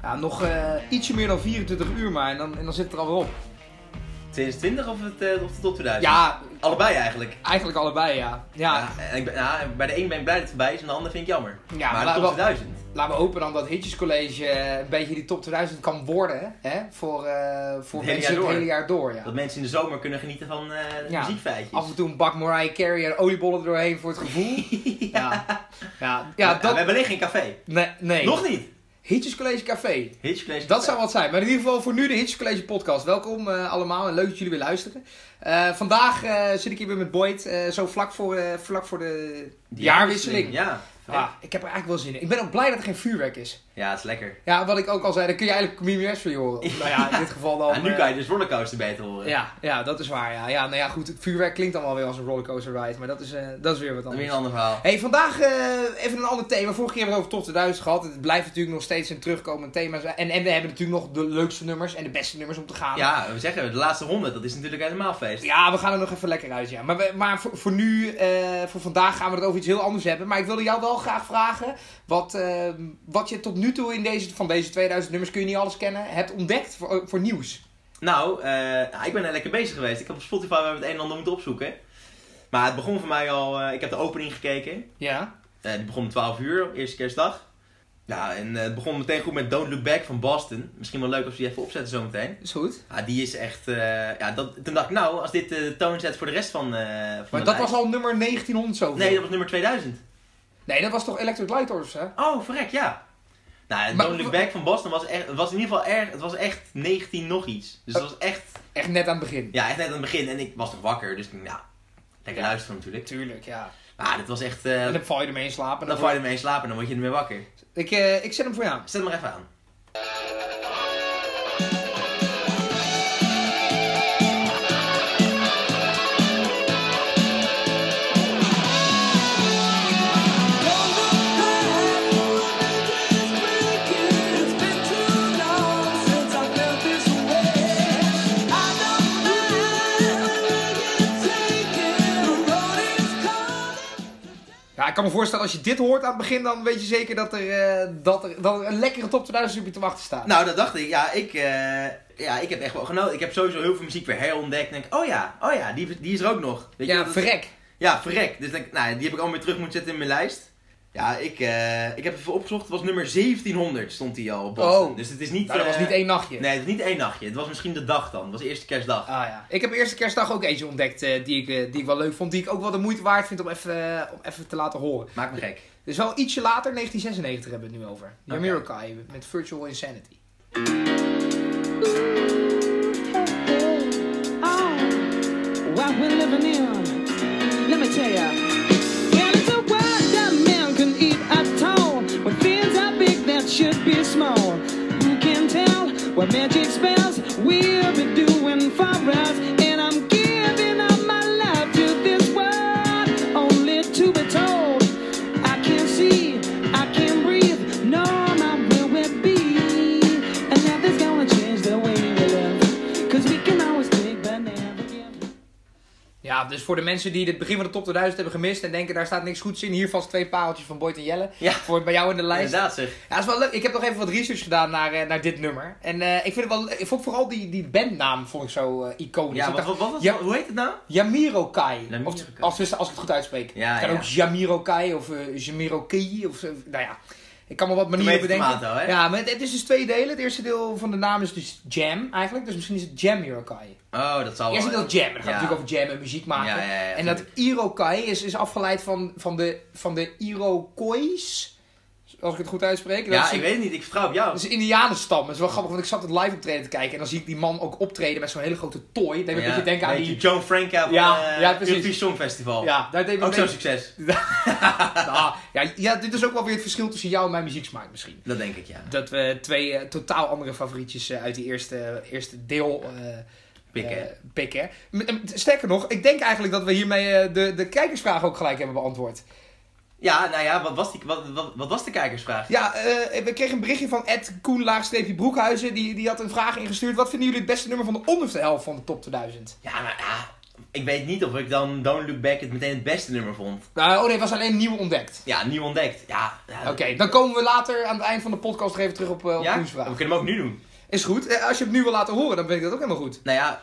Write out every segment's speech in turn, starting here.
Ja, nog ietsje meer dan 24 uur maar en dan zit het er alweer op. 2020 of de top 2000? Ja. Allebei eigenlijk. Eigenlijk allebei, ja. Bij de een ben ik blij dat het voorbij is en de ander vind ik jammer. Ja, maar de top 2000. Laten we hopen dan dat Hitjes College een beetje die top 2000 kan worden. Hè? Voor mensen het hele jaar door. Ja. Dat mensen in de zomer kunnen genieten van muziekfeitjes. Af en toe een bak Mariah Carey en oliebollen doorheen voor het gevoel. We dat... hebben alleen geen café. Nee. Nog niet. Hitjes College Café. Hitjes College dat zou wat zijn. Maar in ieder geval voor nu de Hitjes College podcast. Welkom allemaal en leuk dat jullie weer luisteren. Vandaag zit ik hier weer met Boyd. Zo vlak voor de jaarwisseling. Ja. Ik heb er eigenlijk wel zin in. Ik ben ook blij dat er geen vuurwerk is. Ja, het is lekker. Ja, wat ik ook al zei, dan kun je eigenlijk Community West voor je horen. Nou ja, in dit geval dan... nu kan je dus rollercoaster beter horen. Ja, dat is waar. Ja. Nou ja, goed, het vuurwerk klinkt dan wel weer als een rollercoaster ride. Maar dat is weer wat anders. Dat is weer een ander verhaal. Hey, vandaag even een ander thema. Vorige keer hebben we het over top 2000 gehad. Het blijft natuurlijk nog steeds een terugkomend thema. En we hebben natuurlijk nog de leukste nummers en de beste nummers om te gaan. Ja, we zeggen de laatste 100. Dat is natuurlijk helemaal feest. Ja, we gaan er nog even lekker uit, ja. Maar voor nu, voor vandaag gaan we het over iets heel anders hebben. Maar ik wilde jou wel graag vragen... Wat je tot nu toe van deze 2000 nummers, kun je niet alles kennen, hebt ontdekt voor nieuws. Nou, ik ben er lekker bezig geweest. Ik heb op Spotify wel het een en ander moeten opzoeken. Maar het begon voor mij al... ik heb de opening gekeken. Ja. Die begon om 12 uur, eerste kerstdag. Ja, en het begon meteen goed met Don't Look Back van Boston. Misschien wel leuk als we die even opzetten zometeen. Is goed. Ja, die is echt... toen dacht ik, nou, als dit de toon zet voor de rest van maar dat was al nummer 1900 zo? Nee, dat was nummer 2000. Nee, dat was toch Electric Light Orchestra, hè? Oh, verrek, ja. Nou, Don't Look Back van Boston was echt... Het was in ieder geval erg... Het was echt 19 nog iets. Dus dat was echt... Echt net aan het begin? Ja, echt net aan het begin. En ik was toch wakker, dus lekker luisteren natuurlijk. Tuurlijk, ja. Maar dit was echt... en dan val je ermee in slaap. Dan val je ermee in slaap en dan word je ermee wakker. Ik zet hem voor jou. Zet hem maar even aan. Ja, ik kan me voorstellen, als je dit hoort aan het begin, dan weet je zeker dat er een lekkere top 2000 op je te wachten staat. Nou, dat dacht ik. Ik heb echt wel genoten. Ik heb sowieso heel veel muziek weer herontdekt. En denk, oh ja, die is er ook nog. Weet je, verrek. Ja, verrek. Dus die heb ik allemaal weer terug moeten zetten in mijn lijst. Ja, ik heb even opgezocht. Het was nummer 1700 stond die al op Boston. Oh. Dus het is niet... Nou, dat was niet één nachtje. Nee, het is niet één nachtje. Het was misschien de dag dan. Het was de eerste kerstdag. Ah ja. Ik heb eerste kerstdag ook eentje ontdekt die ik wel leuk vond. Die ik ook wel de moeite waard vind om even te laten horen. Maakt me gek. Dus wel ietsje later, 1996 hebben we het nu over. Yamiro Kai met Virtual Insanity. What we're living in, let me tell ya. And it's a world that man can eat at all. When things are big that should be small. Who can tell what magic spells we'll be doing for us? And I'm giving up my life to this world, only to be told I can't see, I can't breathe, no, not where we'll be. And nothing's gonna change the way we live, 'cause we can always take but never give. Ja, dus voor de mensen die het begin van de top 2000 hebben gemist en denken daar staat niks goeds in, hier vast 2 pareltjes van Boyd en Jelle. Ja. Voor bij jou in de lijst. Inderdaad zeg. Ja, dat is wel leuk. Ik heb nog even wat research gedaan naar dit nummer. En ik vond vooral die bandnaam vond ik zo iconisch. Ja, hoe heet het nou? Yamiro Kai. Yamiro Als Kai. ik het goed uitspreek. Ja, het kan ook Yamiro Kai of Yamiro Kai. Nou ja, ik kan me wat manieren bedenken. Tomato, hè? Ja, maar het is dus 2 delen. Het eerste deel van de naam is dus Jam eigenlijk. Dus misschien is het Yamiro Kai. Oh, dat zal wel. Eerst deel Jam. Dan gaat het natuurlijk over jam en muziek maken. Ja, en dat Irokai is afgeleid van de Iroquois. Als ik het goed uitspreek. Ja, ik weet het niet. Ik vertrouw op jou. Dat is een indianenstam. Dat is wel grappig, want ik zat het live optreden te kijken. En dan zie ik die man ook optreden met zo'n hele grote tooi. Dat deed me een beetje denken aan die... Joan Franca van het Eurovisie Songfestival. Ja, daar deed me ook zo'n succes. Dit is ook wel weer het verschil tussen jou en mijn muzieksmaak misschien. Dat denk ik, ja. Dat we 2 totaal andere favorietjes uit die eerste deel... pikken. Sterker nog, ik denk eigenlijk dat we hiermee de kijkersvraag ook gelijk hebben beantwoord. Ja, nou ja, wat was de kijkersvraag? Ja, we kregen een berichtje van @Koen_Broekhuizen. Die had een vraag ingestuurd. Wat vinden jullie het beste nummer van de onderste helft van de top 2000? Ja, maar Ik weet niet of ik dan Don't Look Back het meteen het beste nummer vond. Oh nee, het was alleen nieuw ontdekt. Ja, nieuw ontdekt. Ja. Oké, dan komen we later aan het eind van de podcast nog even terug op Ja? Koens vraag. We kunnen hem ook nu doen. Is goed. Als je het nu wil laten horen, dan vind ik dat ook helemaal goed.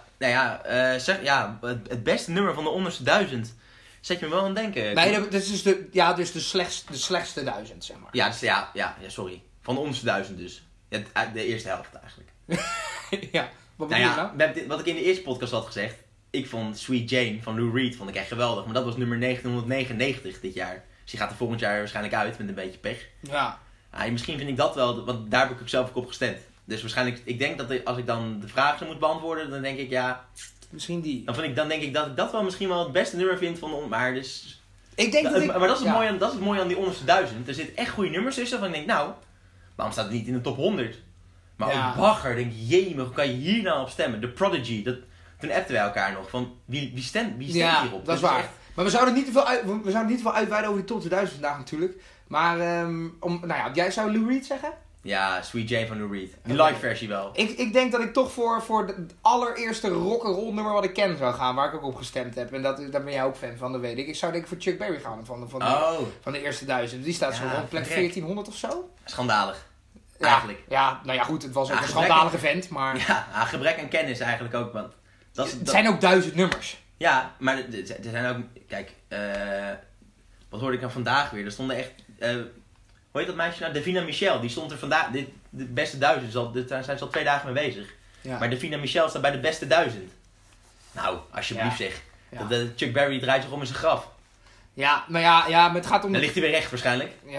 Het beste nummer van de onderste 1000. Zet je me wel aan het denken. Nee, dat is dus de slechtste 1000, zeg maar. Ja, dus, sorry. Van de onderste 1000 dus. Ja, de eerste helft eigenlijk. Ja, wat bedoel je nou? Wat ik in de eerste podcast had gezegd. Ik vond Sweet Jane van Lou Reed vond ik echt geweldig. Maar dat was nummer 1999 dit jaar. Dus die gaat er volgend jaar waarschijnlijk uit met een beetje pech. Ja. Misschien vind ik dat wel, want daar heb ik ook zelf ook op gestemd. Dus waarschijnlijk, ik denk dat als ik dan de vraag zou moeten beantwoorden, dan denk ik Misschien die. Dan denk ik dat ik dat wel misschien wel het beste nummer vind van de maar dus. Ik denk Maar dat is het mooie aan die onderste 1000. Er zitten echt goede nummers tussen van ik denk, nou, waarom staat het niet in de top 100? Maar ook Bagger, denk jee, hoe kan je hier nou op stemmen? The Prodigy, toen appten wij elkaar nog van wie stemt hierop? Dat is waar. Echt... Maar we zouden niet te veel uitweiden over die top 2000 vandaag natuurlijk. Maar jij zou Lou Reed zeggen? Ja, Sweet Jane van Lou Reed. Die live versie wel. Ik denk dat ik toch voor het allereerste rock'n'roll nummer wat ik ken zou gaan, waar ik ook op gestemd heb. En daar ben jij ook fan van, dat weet ik. Ik zou denk ik voor Chuck Berry gaan van de eerste 1000. Die staat zo rond plek 1400 of zo. Schandalig. Eigenlijk. Ja, nou ja goed, het was ook een schandalige vent, maar... Ja, gebrek aan kennis eigenlijk ook, want... Het zijn ook 1000 nummers. Ja, maar er zijn ook... Kijk, wat hoorde ik nou vandaag weer? Er stonden echt... hoe heet dat meisje nou? Davina Michel, die stond er vandaag... De beste 1000, daar zijn ze al 2 dagen mee bezig. Ja. Maar Davina Michel staat bij de beste 1000. Nou, alsjeblieft zeg. Ja. Chuck Berry draait zich om in zijn graf. Ja, maar het gaat om... Dan ligt hij weer recht waarschijnlijk. Ja.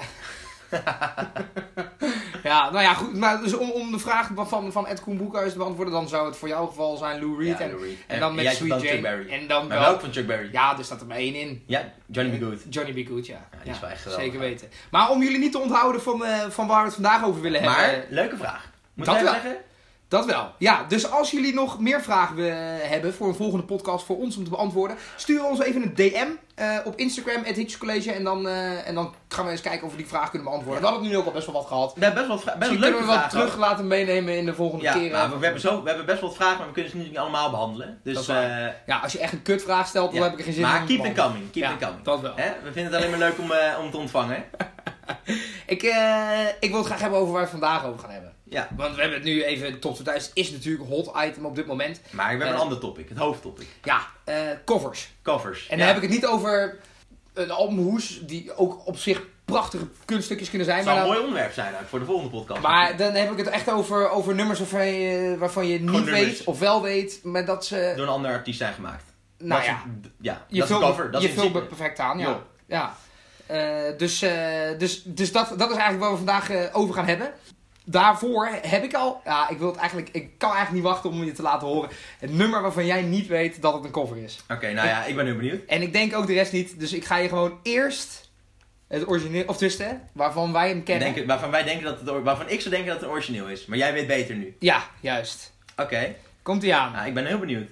Ja, nou ja, goed. Maar dus om de vraag van Ed Koen Boekhuis te beantwoorden, dan zou het voor jouw geval zijn Lou Reed. En dan met Sweet Jane. En dan maar welk van Chuck Berry? Ja, er staat er maar 1 in. Ja, Johnny B. Good. Johnny B. Good, ja. Die is wel echt geweldig. Zeker weten. Maar om jullie niet te onthouden van waar we het vandaag over willen hebben. Maar, leuke vraag. Moet dat jij wel zeggen? Dat wel. Ja, dus als jullie nog meer vragen hebben voor een volgende podcast voor ons om te beantwoorden, stuur ons even een DM op Instagram @hitchcollege en dan gaan we eens kijken of we die vraag kunnen beantwoorden. We hadden nu ook al best wel wat gehad. We hebben best wel leuke vragen. Kunnen we wat terug laten meenemen in de volgende keer. Ja, maar we hebben best wel wat vragen, maar we kunnen ze niet allemaal behandelen. Dus, als je echt een kutvraag stelt, dan heb ik er geen zin in. Maar keep them coming. Keep them coming. Dat wel. We vinden het alleen maar leuk om te ontvangen. Ik wil het graag hebben over waar we het vandaag over gaan hebben. Ja. Want we hebben het nu even, top 2000 is natuurlijk een hot item op dit moment. Maar we hebben een ander topic, het hoofdtopic. Ja, covers. Covers. En dan heb ik het niet over een albumhoes, die ook op zich prachtige kunststukjes kunnen zijn. Het zou een mooi onderwerp zijn eigenlijk voor de volgende podcast. Maar dan heb ik het echt over nummers waarvan je niet weet of wel weet, maar dat ze... Door een ander artiest zijn gemaakt. Nou dat ja, je dat vult, is een cover. Je vult het perfect aan, ja. Dus dat is eigenlijk waar we vandaag over gaan hebben. Daarvoor heb ik al... Ja, ik kan eigenlijk niet wachten om je te laten horen. Het nummer waarvan jij niet weet dat het een cover is. Oké, nou ja, ik ben nu benieuwd. En ik denk ook de rest niet. Dus ik ga je gewoon eerst het origineel... Of tussen, waarvan wij hem kennen. Waarvan ik zou denken dat het een origineel is. Maar jij weet beter nu. Ja, juist. Oké. Komt-ie aan. Nou, ik ben heel benieuwd.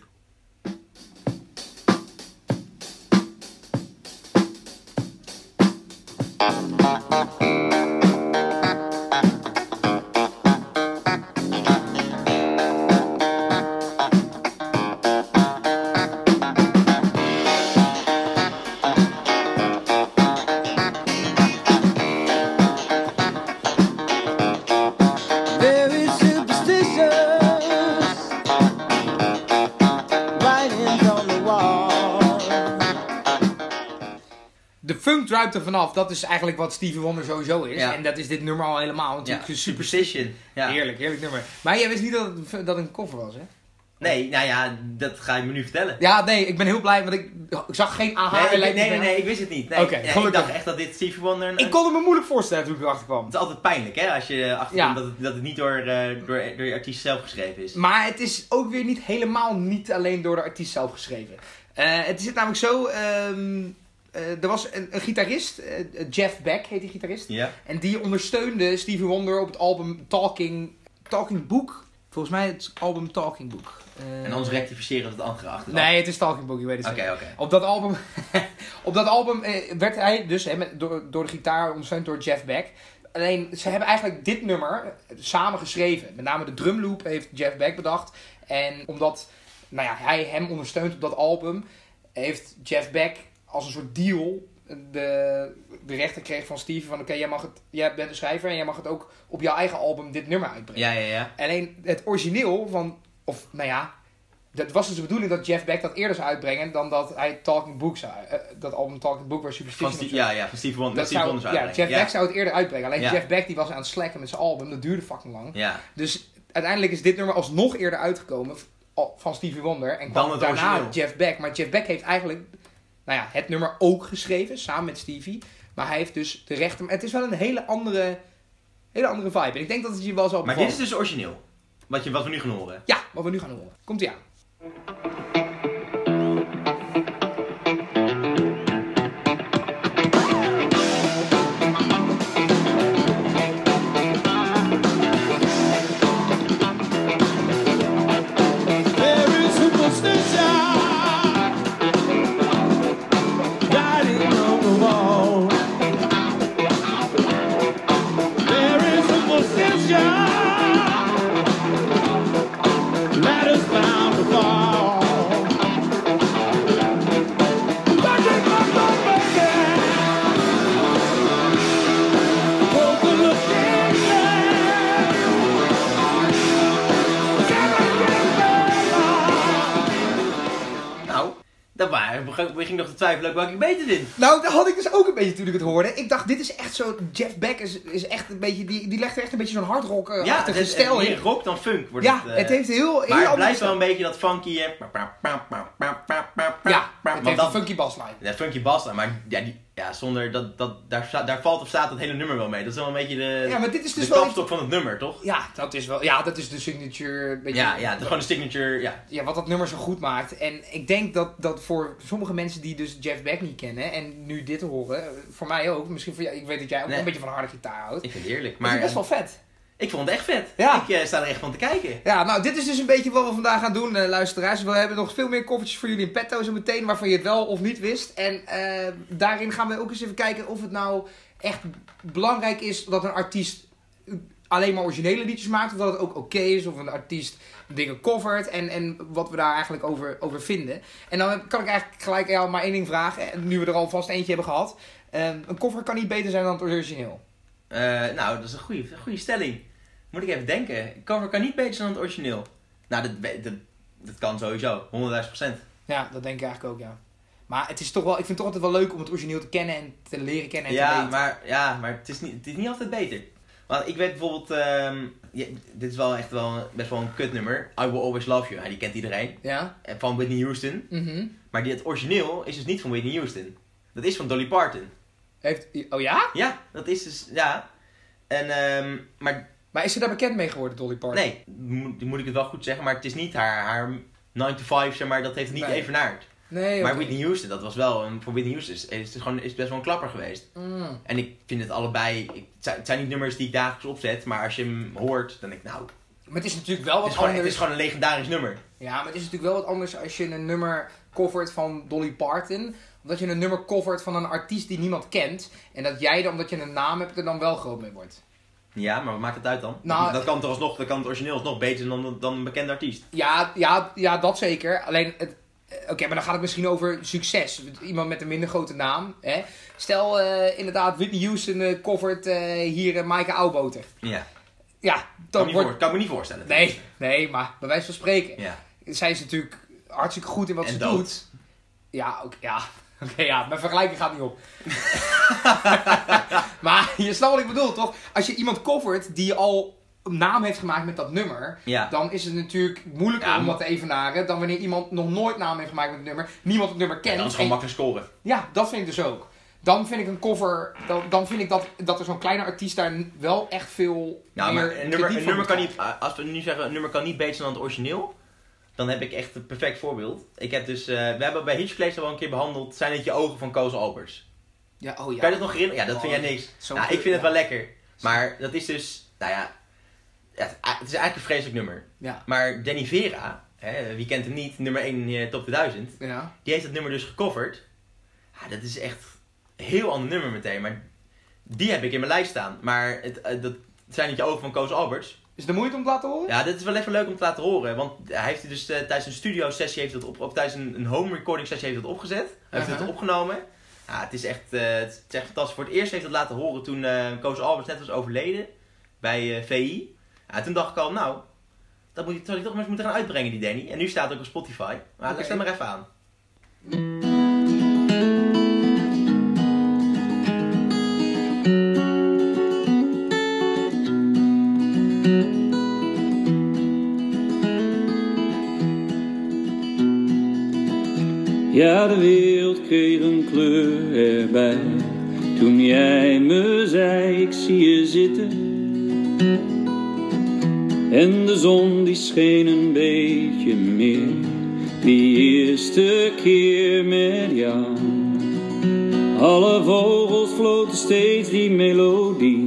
Druipt er vanaf, dat is eigenlijk wat Stevie Wonder sowieso is. Ja. En dat is dit nummer al helemaal. Natuurlijk Superstition. Ja. Heerlijk nummer. Maar jij wist niet dat het een cover was, hè? Nee, nou ja, dat ga je me nu vertellen. Ja, nee, ik ben heel blij, want ik zag geen aha. Nee, ik wist het niet. Nee, ik dacht echt dat dit Stevie Wonder... Ik kon het me moeilijk voorstellen toen ik erachter kwam. Het is altijd pijnlijk, hè, als je achterkomt dat het niet door je artiest zelf geschreven is. Maar het is ook weer niet alleen door de artiest zelf geschreven. Het zit namelijk zo... er was een gitarist, Jeff Beck heet die gitarist. Ja. En die ondersteunde Stevie Wonder op het album Talking Book. Volgens mij het album Talking Book. En anders rectificeren het andere achteraf. Nee, het is Talking Book, je weet het zeker. Okay. Op dat album werd hij dus door de gitaar ondersteund door Jeff Beck. Alleen, ze hebben eigenlijk dit nummer samen geschreven. Met name de drumloop heeft Jeff Beck bedacht. En omdat hij hem ondersteunt op dat album... heeft Jeff Beck als een soort deal de rechter kreeg van Stevie van oké, jij bent de schrijver en jij mag het ook op jouw eigen album dit nummer uitbrengen. Ja. Alleen het origineel van, of nou ja, dat was dus de bedoeling dat Jeff Beck dat eerder zou uitbrengen dan dat hij Talking Book zou, dat album Talking Book waar Superstition Van op zat. van Stevie Wonder. Jeff Beck zou het eerder uitbrengen. Alleen Ja. Jeff Beck die was aan het slacken met zijn album, dat duurde fucking lang. Ja. Dus uiteindelijk is dit nummer alsnog eerder uitgekomen van Stevie Wonder en Dan kwam het daarna origineel. Jeff Beck. Maar Jeff Beck heeft eigenlijk het nummer ook geschreven, samen met Stevie. Maar hij heeft dus de rechten. Het is wel een hele andere vibe. En ik denk dat het je wel zal Maar bevallen. dit is dus origineel. Wat we nu gaan horen. Ja, wat we nu gaan horen. Komt-ie aan. There is superstition writing on the wall. There is superstition ladders bound to fall. Watching my baby, overlooking Nou, dat begin nog te twijfelen ook welke ik beter vind. Nou, dat had ik dus ook een beetje toen ik het hoorde. Ik dacht, dit is echt zo... Jeff Beck is echt een beetje... Die legt er echt een beetje zo'n hardrock-achtige stijl meer in. rock dan funk wordt Ja, het. het heeft heel maar het andere blijft stijl. wel een beetje dat funky. Ja, het Want heeft dat- een funky baslijn. Ja, funky bass, maar zonder daar valt of staat het hele nummer wel mee. Dat is wel een beetje Ja, maar dit is dus de wel... kapstok van het nummer, toch? Ja, dat is wel... Ja, dat is de signature... Beetje, Ja, het is gewoon de signature, ja. Ja, wat dat nummer zo goed maakt. En ik denk dat voor sommige mensen die dus Jeff Beck niet kennen en nu dit horen, voor mij ook, misschien voor jou, ik weet dat jij ook Nee. een beetje van harde gitaar houdt. Ik vind het heerlijk, Maar maar het is best wel vet. ik vond het echt vet. Ja. Ik sta er echt van te kijken. Ja, nou, dit is dus een beetje wat we vandaag gaan doen, luisteraars. We hebben nog veel meer koffertjes voor jullie in petto zo meteen, waarvan je het wel of niet wist. En daarin gaan we ook eens even kijken of het nou echt belangrijk is dat een artiest alleen maar originele liedjes maakt, of dat het ook oké is, of een artiest dingen covert en wat we daar eigenlijk over vinden. En dan kan ik eigenlijk gelijk jou maar één ding vragen, nu we er alvast eentje hebben gehad. Een cover kan niet beter zijn dan het origineel. Nou, dat is een goede stelling. Moet ik even denken. Een cover kan niet beter zijn dan het origineel. Nou, dat kan sowieso. 100.000%. Ja, dat denk ik eigenlijk ook, ja. Maar het is toch wel, ik vind het toch altijd wel leuk om het origineel te kennen en te leren kennen en te weten. Maar het is niet altijd beter. Want ik weet bijvoorbeeld, dit is wel echt best wel een kutnummer. I Will Always Love You. Ja, die kent iedereen. Ja? Van Whitney Houston. Mhm. Maar het origineel is dus niet van Whitney Houston. Dat is van Dolly Parton. Oh ja? Ja, dat is dus, ja. En, maar Maar is ze daar bekend mee geworden, Dolly Parton? nee, moet ik het wel goed zeggen. Maar het is niet haar 9 to 5, zeg maar, dat heeft het niet Nee. evenaard. Nee, Maar oké. Whitney Houston, dat was wel, voor Whitney Houston is het best wel een klapper geweest. Mm. En ik vind het allebei, het zijn niet nummers die ik dagelijks opzet, maar als je hem hoort, dan denk ik, nou, Maar het is natuurlijk wel het wat is, gewoon, anders. het is gewoon een legendarisch nummer. Ja, maar het is natuurlijk wel wat anders als je een nummer covert van Dolly Parton. Omdat je een nummer covert van een artiest die niemand kent. En dat jij dan, omdat je een naam hebt, er dan wel groot mee wordt. Ja, maar wat maakt het uit dan? Nou, dat kan toch alsnog, dat kan het origineel alsnog beter dan een bekende artiest. Ja, dat zeker. Alleen, oké, maar dan gaat het misschien over succes. Iemand met een minder grote naam. Hè? Stel inderdaad, Whitney Houston covert hier Maaike Oudboter. Ja, Ja, dan wordt... kan ik me niet voorstellen. Nee, maar bij wijze van spreken. Ja. Zij is natuurlijk hartstikke goed in wat En ze dood. doet. Ja, ook, ja. Oké, ja, mijn vergelijking gaat niet op. Maar je snapt wat ik bedoel, toch? Als je iemand covert die al een naam heeft gemaakt met dat nummer, Ja. dan is het natuurlijk moeilijker Ja, om maar- dat te evenaren dan wanneer iemand nog nooit naam heeft gemaakt met het nummer, niemand het nummer kent. Dat is gewoon en- makkelijk scoren. Ja, dat vind ik dus ook. Dan vind ik een cover, dan vind ik dat er zo'n kleine artiest daar wel echt veel Nou, meer maar een krediet voor nummer moet kan krijgen. niet, als we nu zeggen, een nummer kan niet beter zijn dan het origineel, dan heb ik echt een perfect voorbeeld. Ik heb dus, we hebben bij Hitchplace al een keer behandeld, Zijn het je ogen van Koos Albers. Ja, oh ja. Kan je dat nog herinneren? Ja, dat vind jij niks. Zo Nou, goed, ik vind het ja. wel lekker. Maar dat is dus, nou ja, het is eigenlijk een vreselijk nummer. Ja, Maar Danny Vera, wie kent hem niet, nummer 1 in de top 2000, ja. die heeft dat nummer dus gecoverd. Ja, dat is echt een heel ander nummer meteen, maar die heb ik in mijn lijst staan. Maar dat Zijn het je ogen van Koos Alberts, Is het de moeite om te laten horen? Ja, dit is wel even leuk om te laten horen. Want hij heeft dus tijdens een studio sessie heeft dat of tijdens een home recording sessie heeft dat opgezet. Hij heeft het opgenomen. Ja, het is echt fantastisch. Voor het eerst heeft hij dat laten horen toen Koos Alberts net was overleden bij VI. Ja, toen dacht ik al, nou, dat zou hij toch maar eens moeten gaan uitbrengen, die Danny. En nu staat het ook op Spotify. Maar luister maar even aan. Ja, de wereld kreeg een kleur erbij. Toen jij me zei, ik zie je zitten. En de zon die scheen een beetje meer. Die eerste keer met jou. Alle vogels floten steeds die melodie.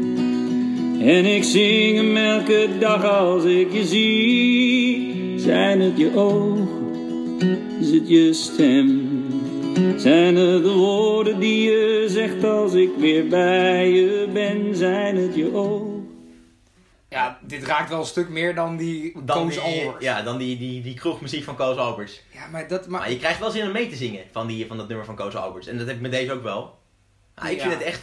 En ik zing hem elke dag als ik je zie. Zijn het je ogen? Is het je stem? Zijn het de woorden die je zegt als ik weer bij je ben? Zijn het je ogen? Ja, dit raakt wel een stuk meer dan die Koos Alberts. Ja, dan die kroegmuziek van Koos Alberts. Ja, maar je krijgt wel zin om mee te zingen van dat nummer van Koos Alberts. En dat heb ik met deze ook wel. Ik vind het echt...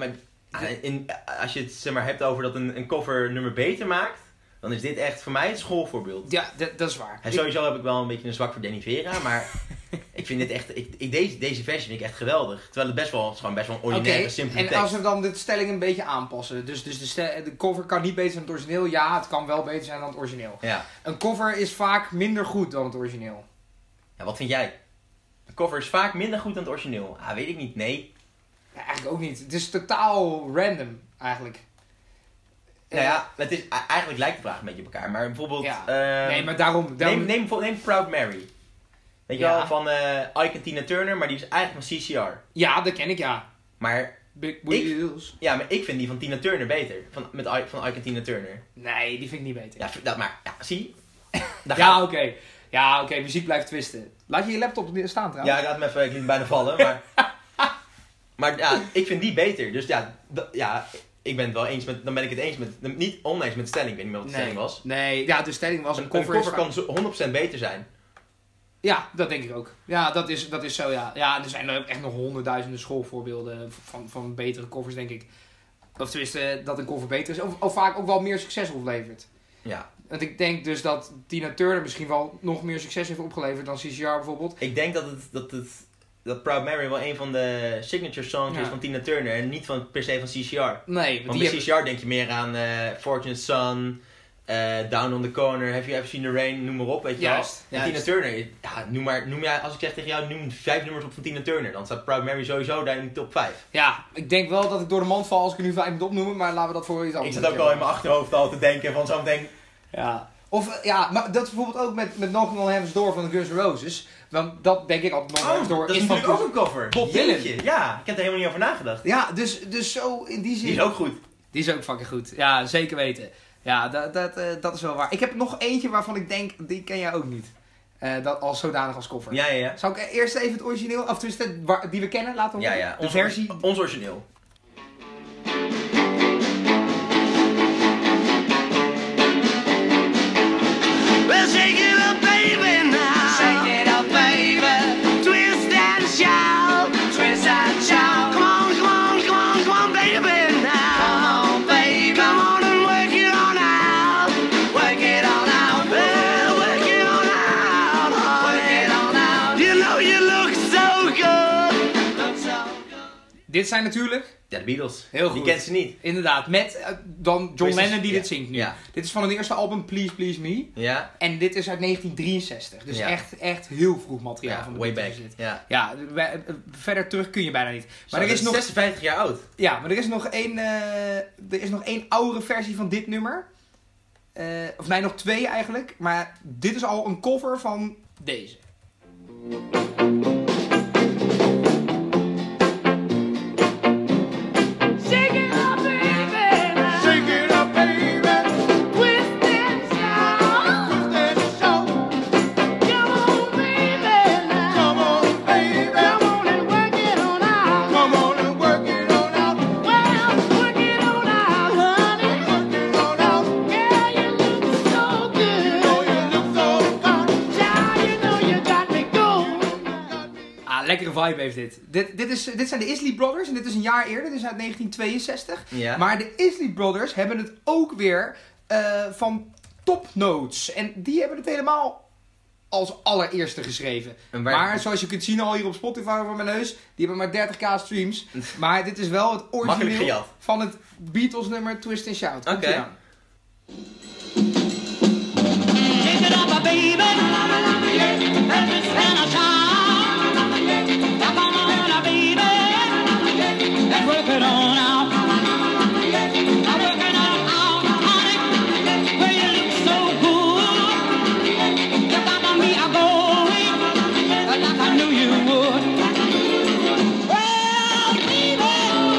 als je het zeg maar, hebt over dat een cover nummer beter maakt... Dan is dit echt voor mij het schoolvoorbeeld. Ja, dat is waar. En sowieso heb ik wel een beetje een zwak voor Danny Vera, maar ik vind dit echt, deze versie vind ik echt geweldig. Terwijl het gewoon best wel een ordinaire, simpele tekst. En als we dan de stelling een beetje aanpassen, dus de cover kan niet beter zijn dan het origineel, ja, het kan wel beter zijn dan het origineel. Ja. Een cover is vaak minder goed dan het origineel. Ja, wat vind jij? Een cover is vaak minder goed dan het origineel. Ah, weet ik niet, nee. Ja, eigenlijk ook niet. Het is totaal random, eigenlijk. Nou ja, eigenlijk lijkt de vraag een beetje op elkaar. Maar bijvoorbeeld... Ja. Nee, maar daarom... Neem Proud Mary. Weet je wel, van Ike en Tina Turner, maar die is eigenlijk van CCR. Ja, dat ken ik, ja. Maar... Big Wheels. Ja, maar ik vind die van Tina Turner beter. Van Ike en Tina Turner. Nee, die vind ik niet beter. Ja, maar zie. Ja, oké. Ja, oké, muziek blijft twisten. Laat je laptop staan trouwens. Ja, ik laat hem even, ik liet hem bijna vallen, maar... maar ja, ik vind die beter. Dus ja, ik ben het wel eens met... Dan ben ik het eens met... Niet oneens met de stelling, ik weet niet meer wat de stelling was. Nee, ja, de stelling was een cover kan 100% beter zijn. Ja, dat denk ik ook. Ja, dat is zo, ja. Ja, er zijn er echt nog honderdduizenden schoolvoorbeelden van betere covers, denk ik. Of tenminste, dat een cover beter is. Of vaak ook wel meer succes oplevert. Ja. Want ik denk dus dat Tina Turner misschien wel nog meer succes heeft opgeleverd dan CCR bijvoorbeeld. Ik denk dat Proud Mary wel een van de signature songs is van Tina Turner. En niet per se van CCR. Nee. Want bij CCR denk je meer aan Fortunate Son... Down on the Corner, Have You Ever Seen the Rain, noem maar op, weet je wel. En Tina Turner, ja, noem jij, als ik zeg tegen jou, noem 5 nummers op van Tina Turner, dan staat Proud Mary sowieso daar in de top 5. Ja, ik denk wel dat ik door de mand val als ik er nu 5 moet opnoemen, maar laten we dat voor iets anders. Ik zat ook al in mijn achterhoofd al te denken van zo'n ding. Ja. Of ja, maar dat is bijvoorbeeld ook met Knocking on Heaven's Door van de Guns N' Roses. Want dat denk ik altijd Knocking on Heaven's Door dat is van natuurlijk ook een cover. Bob Dylan. Ja, ik heb er helemaal niet over nagedacht. Ja, dus zo in die zin. Die is ook goed. Die is ook fucking goed. Ja, zeker weten. Ja, dat is wel waar. Ik heb nog eentje waarvan ik denk, die ken jij ook niet. Dat als zodanig als cover. Ja. Zou ik eerst even het origineel, of tenminste die we kennen, laten we horen? Ja. De versie. Ons origineel. Well, shake it up, baby, now. Shake it up, baby. Twist and shout. Twist and shout. Come on, baby, now. Come on, baby. Come on and work it on out. Work it on out. Well, work it on out. Work it on out. You know you look so good. Look so good. Dit zijn natuurlijk... Ja, de Beatles. Heel goed. Die kent ze niet. Inderdaad, met dan John Lennon die dit zingt nu. Ja. Dit is van het eerste album Please Please Me. Ja. En dit is uit 1963. Dus echt heel vroeg materiaal van de way Beatles back. is dit. Ja. Verder terug kun je bijna niet. Maar Zo, er is nog 56 jaar oud. Ja, maar er is nog één oudere versie van dit nummer. Of nee, nog 2 eigenlijk. Maar dit is al een cover van deze. vibe heeft dit. Dit zijn de Isley Brothers en dit is een jaar eerder, dit is uit 1962. Ja. Maar de Isley Brothers hebben het ook weer van Top Notes. En die hebben het helemaal als allereerste geschreven. Maar zoals je kunt zien al hier op Spotify voor mijn neus, die hebben maar 30k streams. Maar dit is wel het Makkelijk origineel gejat. van het Beatles nummer Twist and Shout. Komt Oké. ie aan. Pick it up, baby. And a child. Come on, baby. Let's work it on out. I'm working on out, honey. Where you look so good. You got me a going like I knew you would. Well, baby.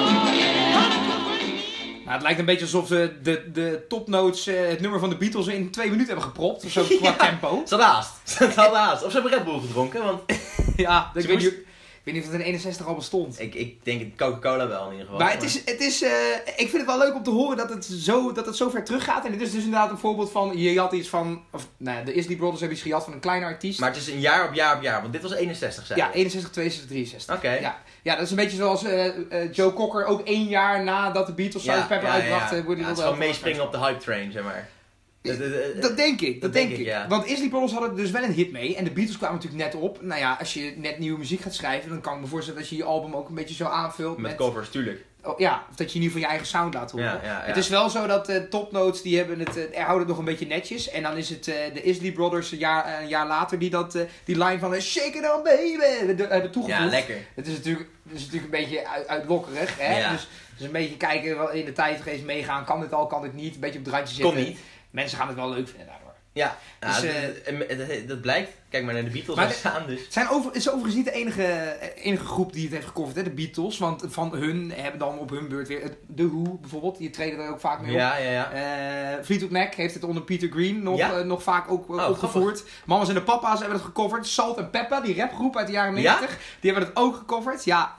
Nou, het lijkt een beetje alsof ze de Top Notes, het nummer van de Beatles, in 2 minuten hebben gepropt. Of zo qua tempo. Zat haast. Of ze hebben Red Bull gedronken, want Ja, Ze ik weet, moest- niet of het in 61 al bestond. ik denk Coca-Cola wel in ieder geval. Maar het is ik vind het wel leuk om te horen dat het zo ver terug gaat. En dit is dus inderdaad een voorbeeld van, je had iets van, of nou ja, de Isley Brothers hebben iets gejat van een kleine artiest. Maar het is een jaar op jaar op jaar, want dit was 61 zei Ja, je. 61, 62, 63. Oké. Ja, dat is een beetje zoals Joe Cocker ook 1 jaar nadat de Beatles Sgt. Pepper uitbrachten. Ja, het is gewoon meespringen op de hype train, zeg maar. Dat denk ik, dat denk ik. ja. Want Isley Brothers hadden dus wel een hit mee. En de Beatles kwamen natuurlijk net op. Nou ja, als je net nieuwe muziek gaat schrijven, dan kan ik me voorstellen dat je je album ook een beetje zo aanvult Met covers, tuurlijk. ja, of dat je in ieder geval je eigen sound laat horen. Ja. Het is wel zo dat Top Notes, die hebben houden het nog een beetje netjes. En dan is het de Isley Brothers een jaar later die line van Shake it on baby hebben toegevoegd. Ja, lekker. Het is natuurlijk een beetje uitlokkerig. Hè? Ja. Dus een beetje kijken, wel in de tijdgeest meegaan. Kan dit al, kan dit niet? Een beetje op het randje zitten. Kon niet. Mensen gaan het wel leuk vinden daardoor. Ja, Dus, dat blijkt. Kijk maar naar de Beatles Maar waar ze staan dus. Het is overigens niet de enige groep die het heeft gecoverd, hè? De Beatles. Want van hun hebben dan op hun beurt weer The Who bijvoorbeeld. Die treden er ook vaak mee op. Ja. Fleetwood Mac heeft het onder Peter Green nog vaak ook Oh, opgevoerd. Mamas en de Papa's hebben het gecoverd. Salt and Peppa, die rapgroep uit de jaren 90. Die hebben het ook gecoverd. Ja,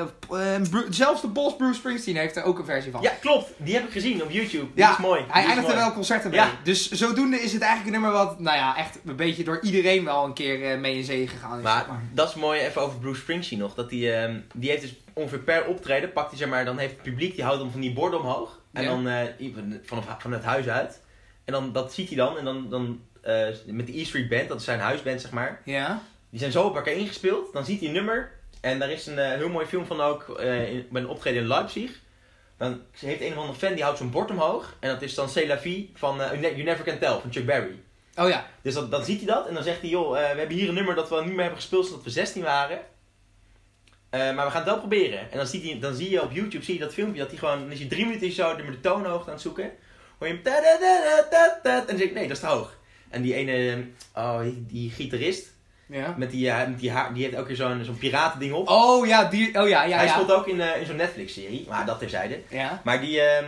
zelfs de Boss Bruce Springsteen heeft er ook een versie van. Ja, klopt. Die heb ik gezien op YouTube. Die is mooi. Hij eindigt er wel concerten mee. Ja. Dus zodoende is het eigenlijk een nummer wat, nou ja, echt een beetje door iedereen wel een keer mee in zee gegaan is. Maar zeg maar. dat is mooi, even over Bruce Springsteen nog. Dat die heeft dus ongeveer per optreden, pakt hij zeg maar, dan heeft het publiek, die houdt hem van die borden omhoog. En Ja. dan van het huis uit. En dan, dat ziet hij dan. En dan met de E Street Band, dat is zijn huisband zeg maar. Ja. Die zijn zo op elkaar ingespeeld. Dan ziet hij een nummer. En daar is een heel mooi film van ook, bij een optreden in Leipzig. Dan heeft een of andere fan, die houdt zo'n bord omhoog. En dat is dan C'est la vie van You Never Can Tell, van Chuck Berry. Oh ja. Dus dan ziet hij dat en dan zegt hij, joh, we hebben hier een nummer dat we niet meer hebben gespeeld sinds we 16 waren. Maar we gaan het wel proberen. En dan zie je op YouTube, zie je dat filmpje, dat hij gewoon, dan is hij 3 minuten zo met de toonhoogte aan het zoeken. Hoor je hem en dan zeg ik, nee, dat is te hoog. En die ene, die gitarist, Ja. met die haar, die heeft ook weer zo'n piratending op. Oh ja, Hij speelt ook in zo'n Netflix-serie, maar dat terzijde. Ja. Maar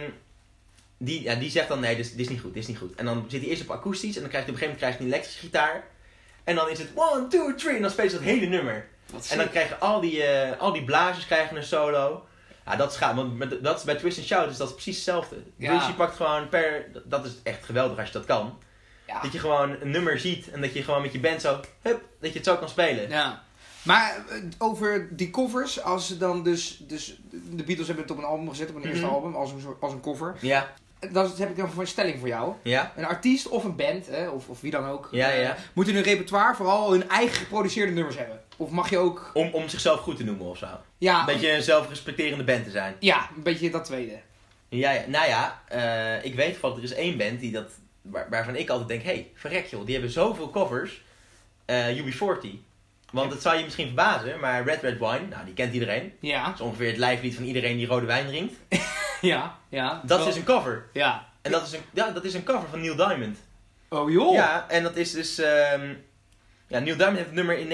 die zegt dan, nee, dit is niet goed, dit is niet goed. En dan zit hij eerst op akoestisch en dan krijgt hij op een gegeven moment een elektrische gitaar. En dan is het 1, 2, 3 en dan speelt ze dat hele nummer. En dan krijgen al die blazers krijgen een solo. Ja, dat is gaaf, want dat is bij Twist and Shout is dat precies hetzelfde. Ja. Dus je pakt gewoon dat is echt geweldig als je dat kan. Ja. Dat je gewoon een nummer ziet en dat je gewoon met je band zo, hup, dat je het zo kan spelen. Ja. Maar over die covers, als ze dan dus de Beatles hebben het op een album gezet, op een eerste album, als een cover. Ja, Dan heb ik nog een stelling voor jou. ja. Een artiest of een band, of wie dan ook, Ja. moet in hun repertoire vooral hun eigen geproduceerde nummers hebben. Of mag je ook... Om zichzelf goed te noemen of zo. Ja, Een beetje een zelfrespecterende band te zijn. ja, een beetje dat tweede. Ja. Nou ja, ik weet van, er is één band waarvan ik altijd denk, hey, verrek joh, die hebben zoveel covers. UB40. Want het zou je misschien verbazen, maar Red Red Wine, nou die kent iedereen. Ja, Dat is ongeveer het lijflied van iedereen die rode wijn drinkt. ja. Dat is dus een cover. Ja. En dat is een cover van Neil Diamond. Oh joh. Ja, en dat is dus... Neil Diamond heeft het nummer in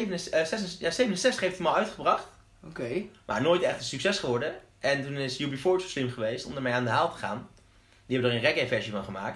1967 heeft hij hem al uitgebracht. Oké. Maar nooit echt een succes geworden. En toen is UB40 zo slim geweest om ermee aan de haal te gaan. Die hebben er een reggae versie van gemaakt.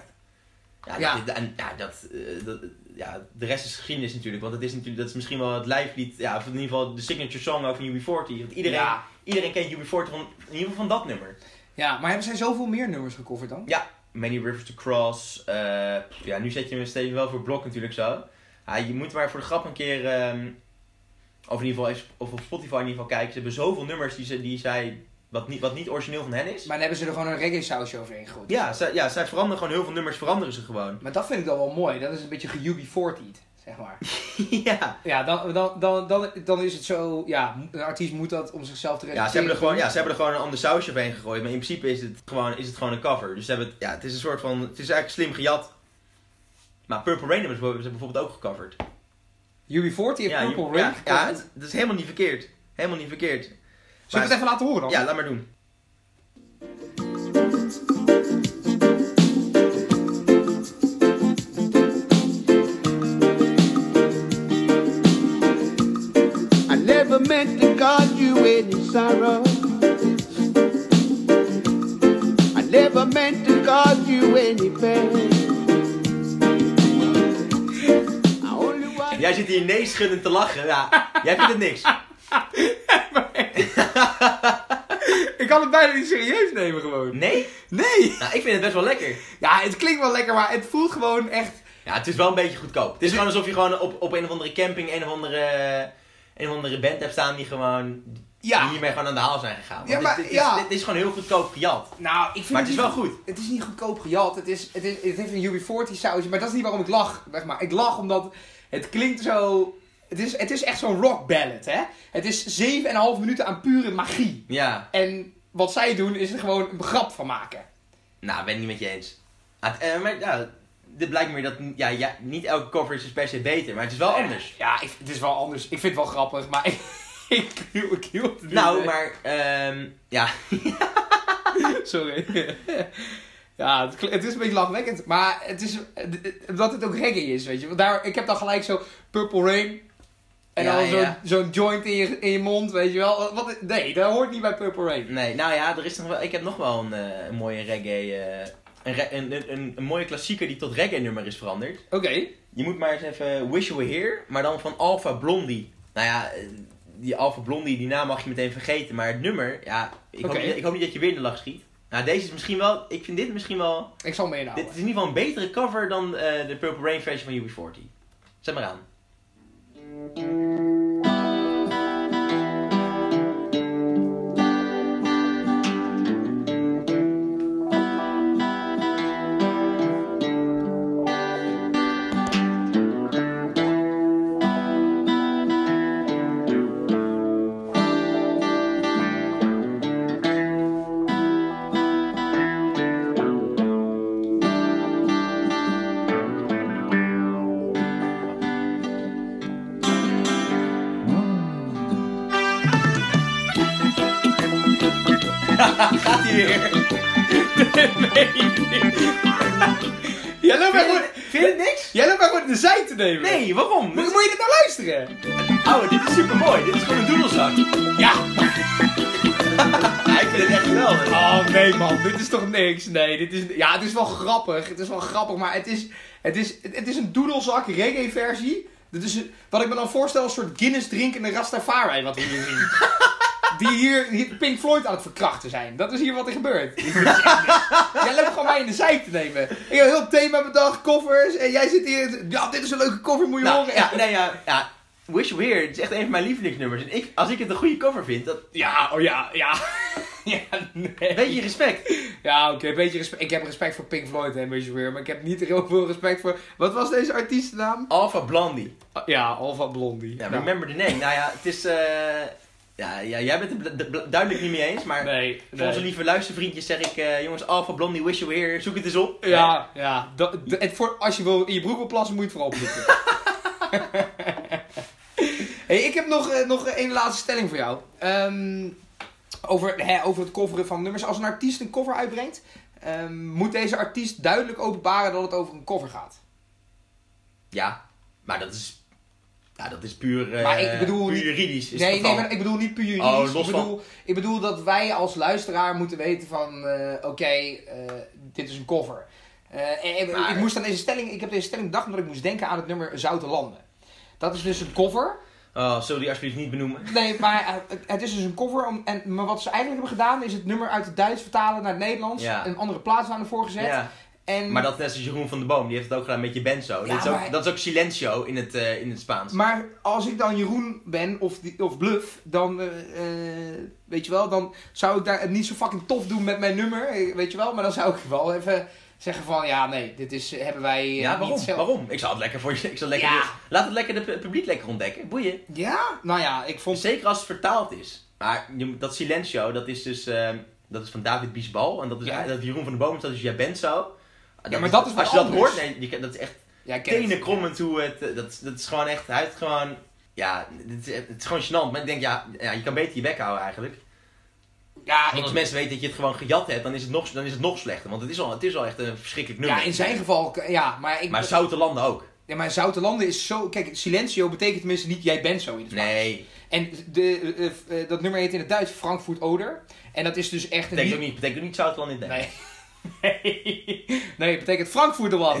De rest is geschiedenis natuurlijk. Want dat is misschien wel het lijflied, ja, of in ieder geval de signature song ook van UB40. Want iedereen kent UB40 in ieder geval van dat nummer. Ja, maar hebben zij zoveel meer nummers gecoverd dan? Ja, Many Rivers to Cross. Nu zet je hem steeds wel voor blok natuurlijk zo. Ja, je moet maar voor de grap een keer of in ieder geval of op Spotify in ieder geval kijken, ze hebben zoveel nummers die zij wat niet origineel van hen is. Maar dan hebben ze er gewoon een reggae sausje overheen gegooid. Ja, zij veranderen gewoon heel veel nummers, veranderen ze gewoon. Maar dat vind ik dan wel mooi. Dat is een beetje ge-UB40'd, zeg maar. Ja. Ja, dan is het zo... Ja, een artiest moet dat om zichzelf te Ja, realiseren. ze hebben er gewoon een ander sausje overheen gegooid. Maar in principe is het gewoon een cover. Dus het is een soort van... Het is eigenlijk slim gejat. Maar Purple Rain hebben ze bijvoorbeeld ook gecoverd. UB40 heeft Purple Rain gecoverd. Ja, dat is helemaal niet verkeerd. Helemaal niet verkeerd. Zullen we het even laten horen dan? Ja, laat maar doen. I never meant to cause you any sorrow. I never meant to cause you any pain. I only want Jij zit hier nee schuddend te lachen. Ja, jij vindt het niks. Ik kan het bijna niet serieus nemen gewoon. Nee? Nee! Nou, ik vind het best wel lekker. Ja, het klinkt wel lekker, maar het voelt gewoon echt... Ja, het is wel een beetje goedkoop. Het is gewoon alsof je gewoon op een of andere camping een of andere band hebt staan die gewoon... Ja. Die hiermee gewoon aan de haal zijn gegaan. Want Ja, maar- dit is gewoon heel goedkoop gejat. Nou, ik vind Maar het is wel niet- goed. Het is niet goedkoop gejat. Het heeft een UB40 sausje, maar dat is niet waarom ik lach. Zeg maar. Ik lach omdat het klinkt zo... Het is echt zo'n rock ballad, hè? Het is 7,5 minuten aan pure magie. Ja. En wat zij doen is er gewoon een grap van maken. Nou, ben ik niet met je eens. Maar ja, dit blijkt me dat niet elke cover is dus per se beter, maar het is wel anders. Ja, het is wel anders. Ik vind het wel grappig, maar ik hield het niet. Nou, maar ja. Sorry. Ja, het is een beetje lachwekkend, maar het is omdat het ook reggae is, weet je. Want ik heb dan gelijk zo Purple Rain en Ja, dan ja. zo'n joint in je mond, weet je wel. Nee, dat hoort niet bij Purple Rain. Nee, nou ja, ik heb nog wel een mooie reggae, een mooie klassieker die tot reggae nummer is veranderd. Oké. Je moet maar eens even Wish You Were Here, maar dan van Alpha Blondie. Nou ja, die Alpha Blondie, die naam mag je meteen vergeten, maar het nummer, ja, ik hoop niet dat je weer in de lach schiet. Nou, deze is misschien wel, ik vind dit misschien wel, Ik zal me inhouden. dit is in ieder geval een betere cover dan de Purple Rain versie van UB40. Zet maar aan. Gaat hij weer? Jij loopt mij gewoon... Vind je het niks? Jij loopt mij gewoon in de zij te nemen. Nee, waarom? Moet je dit nou luisteren? Oh, dit is super mooi. Dit is gewoon een doedelzak. Ja. Ja, ik vind het echt geweldig. Oh nee man, dit is toch niks? Nee, dit is... Ja, het is wel grappig. Het is wel grappig, maar het is een doedelzak reggae versie. Dit is wat ik me dan voorstel als een soort Guinness drinkende Rastafari wat we hier zien. Die hier Pink Floyd aan het verkrachten zijn. Dat is hier wat er gebeurt. Jij loopt gewoon mij in de zijk te nemen. Ik heb een heel thema bedacht, covers. En jij zit hier... Ja, dit is een leuke cover, moet je Nou, horen. ja. Wish You Were Here, het is echt een van mijn lievelingsnummers. En als ik het een goede cover vind, dat... Ja, oh ja. Ja, nee. Beetje respect. Ja, oké, een beetje respect. Ik heb respect voor Pink Floyd en Wish You Were Here, maar ik heb niet heel veel respect voor... Wat was deze artiestennaam? Alpha Blondie. Ja, Alpha Blondie. Ja, remember the name. Nou ja, het is... Ja, jij bent het duidelijk niet mee eens, maar Nee, voor onze lieve luistervriendjes zeg ik... jongens, Alpha Blondie, Wish You Were Here, zoek het eens op. Ja. Als je in je broek wil plassen, moet je het vooral opzoeken. Hey, ik heb nog één laatste stelling voor jou. Over het coveren van nummers. Als een artiest een cover uitbrengt, moet deze artiest duidelijk openbaren dat het over een cover gaat. Ja, maar dat is... Ja, dat is puur, Maar ik bedoel puur niet- juridisch. Is Nee, het geval. maar ik bedoel niet puur juridisch. Oh, los van. Ik bedoel dat wij als luisteraar moeten weten van... dit is een cover. Maar- Ik moest aan ik heb deze stelling bedacht omdat ik moest denken aan het nummer Zoute Landen. Dat is dus een cover. Oh, zullen die alsjeblieft niet benoemen? Nee, maar het is dus een cover. Maar wat ze eigenlijk hebben gedaan is het nummer uit het Duits vertalen naar het Nederlands. Ja. Een andere plaats aan ervoor gezet. Ja. En... Maar dat is net als Jeroen van de Boom, die heeft het ook gedaan met Je Benzo. Ja, Dat is ook Silencio in het Spaans. Maar als ik dan Jeroen ben, of Bluff, dan, weet je wel, dan zou ik daar het niet zo fucking tof doen met mijn nummer, weet je wel. Maar dan zou ik wel even zeggen van, ja nee, dit hebben wij Ja, niet zelf. waarom? Ik zal het lekker voor je, laat het lekker het publiek lekker ontdekken, boeien. Ja? Nou ja, ik vond... Zeker als het vertaald is. Maar dat Silencio, dat is dus, dat is van David Bisbal. En dat is dat Jeroen van de Boom, dat is Je Benzo. Ja, maar dat is wel als je dat anders. hoort, dat is echt Ja, tenenkrommend hoe het... Dat is gewoon echt... Hij heeft gewoon... Ja, het is gewoon gênant. Maar ik denk, ja, je kan beter je bek houden eigenlijk. Ja, Want als mensen weten dat je het gewoon gejat hebt, dan is het nog slechter. Want het is al echt een verschrikkelijk nummer. ja, in zijn geval, ja, maar ik... Maar Zoute Landen ook. Ja, maar Zoute Landen is zo... Kijk, Silencio betekent tenminste niet jij bent zo in het Spaans. Nee. En dat nummer heet in het Duits Frankfurt Oder. En dat is dus echt... Betekent ook niet Zoute Landen in het Nederlands. Nee, het betekent Frankfurter Land.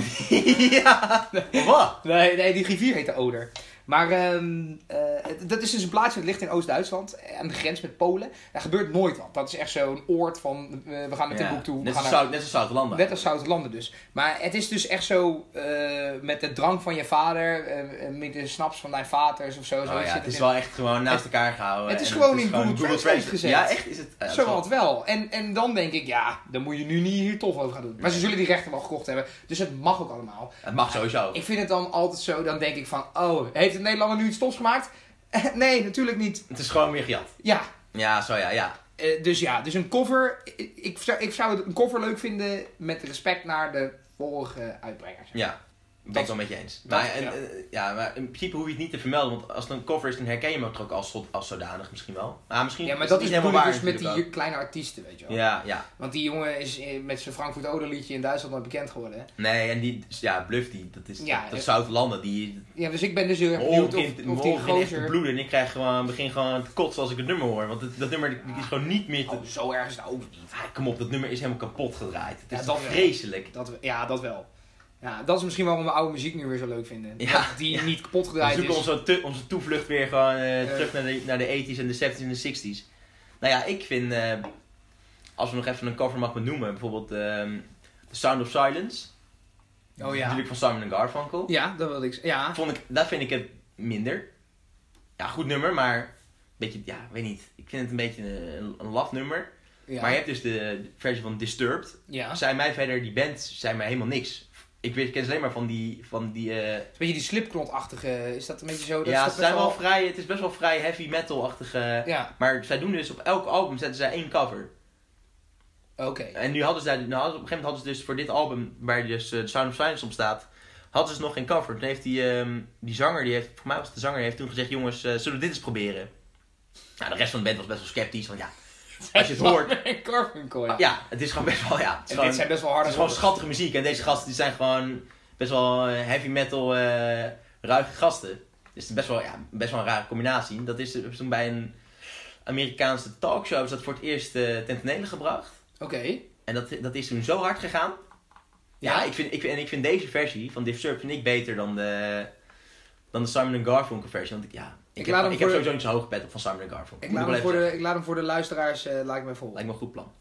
Ja. Wat? Nee, die rivier heet de Oder. Maar dat is dus een plaatsje dat ligt in Oost-Duitsland, aan de grens met Polen. Daar gebeurt nooit wat. Dat is echt zo'n oord van, we gaan naar Timbuktu. Net als Zoute Landen. Net als Zoute Landen dus. Maar het is dus echt zo, met de drank van je vader, met de snaps van dein vaders of zo. Het is wel echt gewoon naast elkaar gehouden. Het is gewoon in Google Translate gezet. Ja, echt is het. Zo wat wel. En dan denk ik, ja, dan moet je nu niet hier tof over gaan doen. Maar ze zullen die rechten wel gekocht hebben. Dus het mag ook allemaal. Het mag sowieso. Ik vind het dan altijd zo, dan denk ik van, oh, heeft de Nederlander nu iets stoms gemaakt? Nee, natuurlijk niet. Het is gewoon weer gejat. Ja. Ja, zo ja. Dus een cover, ik zou een cover leuk vinden met respect naar de vorige uitbrengers. Ja. Ben ik wel met je eens. Maar in principe hoef je het niet te vermelden, want als het een cover is, dan herken je hem ook als zodanig misschien wel. Misschien Ja, maar dat is helemaal bedoel ik waar dus met die natuurlijk kleine artiesten, weet je wel. Ja. Want die jongen is met zijn Frankfurt Oder liedje in Duitsland nog bekend geworden. Hè? Nee, en die, Bluff, dat Zoute Landen, die... Ja, dus ik ben dus heel erg benieuwd of die gozer... echt te gozer... bloeden en ik begin gewoon te kotsen als ik het nummer hoor. Want dat nummer die is gewoon niet meer te... Oh, zo erg is het ook niet. Kom op, dat nummer is helemaal kapot gedraaid. Het is dat vreselijk. Dat wel. Ja, dat is misschien waarom we oude muziek nu weer zo leuk vinden. Ja. Dat die niet kapot gedraaid We is. zoeken onze toevlucht weer gewoon terug naar de 80s en de 70s en de 60s. Nou ja, ik vind, als we nog even een cover mag benoemen, bijvoorbeeld The Sound of Silence. Oh ja. Natuurlijk van Simon & Garfunkel. Ja, dat wilde ik zeggen. Ja. Dat vind ik het minder. Ja, goed nummer, maar een beetje, weet niet. Ik vind het een beetje een laf nummer. Ja. Maar je hebt dus de versie van Disturbed. Ja. Die band zei mij helemaal niks. Ik ken ze alleen maar van die Een beetje die Slipknot-achtige, is dat een beetje zo? Ja, het is best wel vrij heavy metal-achtige. Ja. Maar zij doen dus op elk album zetten zij 1 cover. Oké. En nu op een gegeven moment hadden ze dus voor dit album, waar dus The Sound of Silence op staat, hadden ze nog geen cover. Toen heeft die zanger, voor mij was het de zanger, heeft toen gezegd, jongens, zullen we dit eens proberen? Nou, de rest van de band was best wel sceptisch, want ja, als je het hoort... Garfunkel, ja. Ja, het is gewoon best wel, Dit zijn best wel harde... Het is gewoon schattige muziek. En deze gasten die zijn gewoon best wel heavy metal, ruige gasten. Dus het is best wel een rare combinatie. Dat is toen bij een Amerikaanse talkshow is dat voor het eerst ten tonele gebracht. Oké. En dat is toen zo hard gegaan. Ja, ik vind deze versie van Disturbed vind ik beter dan de Simon & Garfunkel versie. Want ik heb sowieso niet zo hoog pet op van Simon & Garfunkel. Ik laat hem voor de luisteraars, lijkt me vol. Lijkt me een goed plan.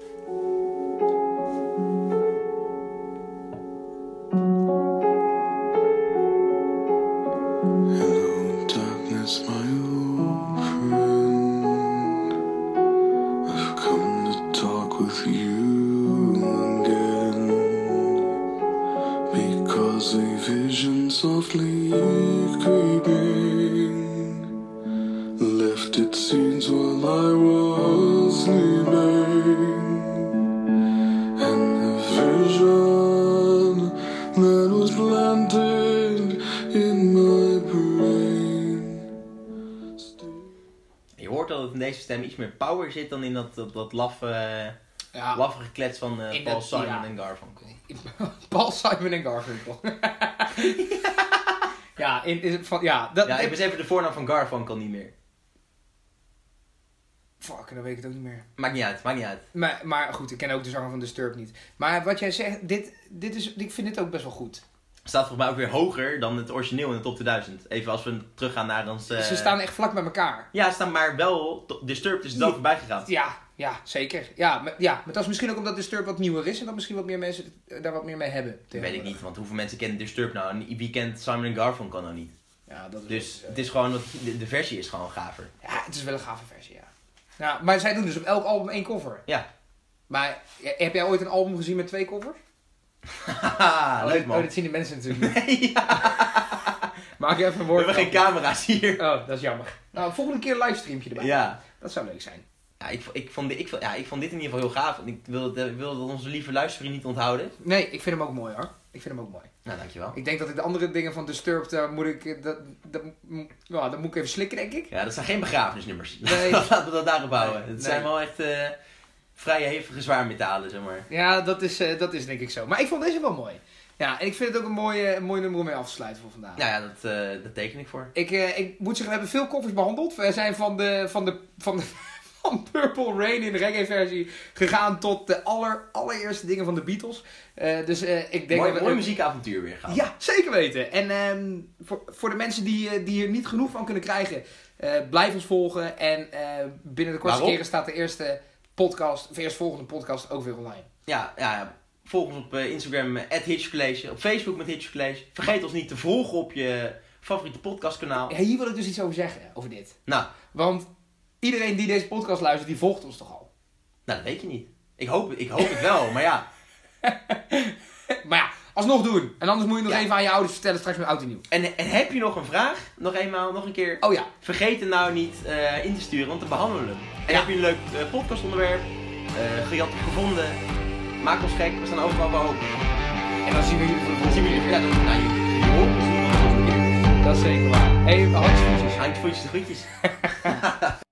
Hello, darkness, my old friend. I've come to talk with you again. Because a vision softly creeping left its scenes while I was sleeping. And the vision that was planted in my brain. Je hoort dat het in deze stem iets meer power zit dan in dat laffe geklets van Paul Simon en Garfunkel. Paul Simon en Garfunkel. Ik besef even de voornaam van Garfunkel niet meer. Fuck, dan weet ik het ook niet meer. Maakt niet uit. Maar goed, ik ken ook de zanger van Disturbed niet. Maar wat jij zegt, ik vind dit ook best wel goed. Staat volgens mij ook weer hoger dan het origineel in de top 2000. Even als we teruggaan naar ons... Ze staan echt vlak bij elkaar. Ja, ze staan maar wel... Disturbed is er dan voorbij gegaan. Ja, Ja, zeker. Ja, maar dat is misschien ook omdat Disturbed wat nieuwer is en dat misschien wat meer mensen daar wat meer mee hebben. Dat weet ik niet, want hoeveel mensen kennen Disturbed nou? En wie kent Simon & Garfunkel nou niet? Ja, dat is Dus ook, het is gewoon, de versie is gewoon gaver. Ja, het is wel een gave versie, ja. Ja, maar zij doen dus op elk album 1 cover. Ja. Maar heb jij ooit een album gezien met 2 covers? Leuk man. Oh, dat zien de mensen natuurlijk niet. Nee, Maak je even een we woord. hebben geen camera's hier. Oh, dat is jammer. Nou, volgende keer een livestreamje erbij. Ja. Dat zou leuk zijn. Ja, ik vond dit in ieder geval heel gaaf. Want ik wil dat onze lieve luistervriend niet onthouden. Nee, ik vind hem ook mooi hoor. Ik vind hem ook mooi. Nou, dankjewel. Ik denk dat ik de andere dingen van Disturbed, dat moet ik even slikken, denk ik. Ja, dat zijn geen begrafenisnummers. Nee. Laten we dat daarop houden. Het Nee. zijn wel echt vrije hevige zwaarmetalen, zeg maar. Ja, dat is denk ik zo. Maar ik vond deze wel mooi. Ja, en ik vind het ook een mooi nummer om mee af te sluiten voor vandaag. Nou ja, dat teken ik voor. Ik moet zeggen, we hebben veel covers behandeld. We zijn van Purple Rain in de reggae versie gegaan tot de allereerste dingen van de Beatles. Dus ik denk Mooi muziekavontuur weer gaan. Ja, zeker weten. En voor de mensen die hier niet genoeg van kunnen krijgen, blijf ons volgen. En binnen de kortste keren staat de eerstvolgende podcast ook weer online. Ja. Volg ons op Instagram @hitchcollege, op Facebook met Hitchcollege. Vergeet ons niet te volgen op je favoriete podcastkanaal. Ja, hier wil ik dus iets over zeggen, over dit. Nou, Want iedereen die deze podcast luistert, die volgt ons toch al? dat weet je niet. Ik hoop het wel, maar ja. Maar ja, alsnog doen. En anders moet je nog Ja. even aan je ouders vertellen straks met oud en nieuw. En heb je nog een vraag? Nog een keer. Oh ja. Vergeet het nou niet in te sturen, want dan behandelen we hem. En Ja. heb je een leuk podcastonderwerp, gejat of gevonden, maak ons gek, we staan overal wel open. En dan zien we jullie voor de Dan zien we volgende jullie. keer. Ja, je hoort ons nog de volgende keer. Dat is zeker waar. Hey, handjes. Handje voetjes de groetjes.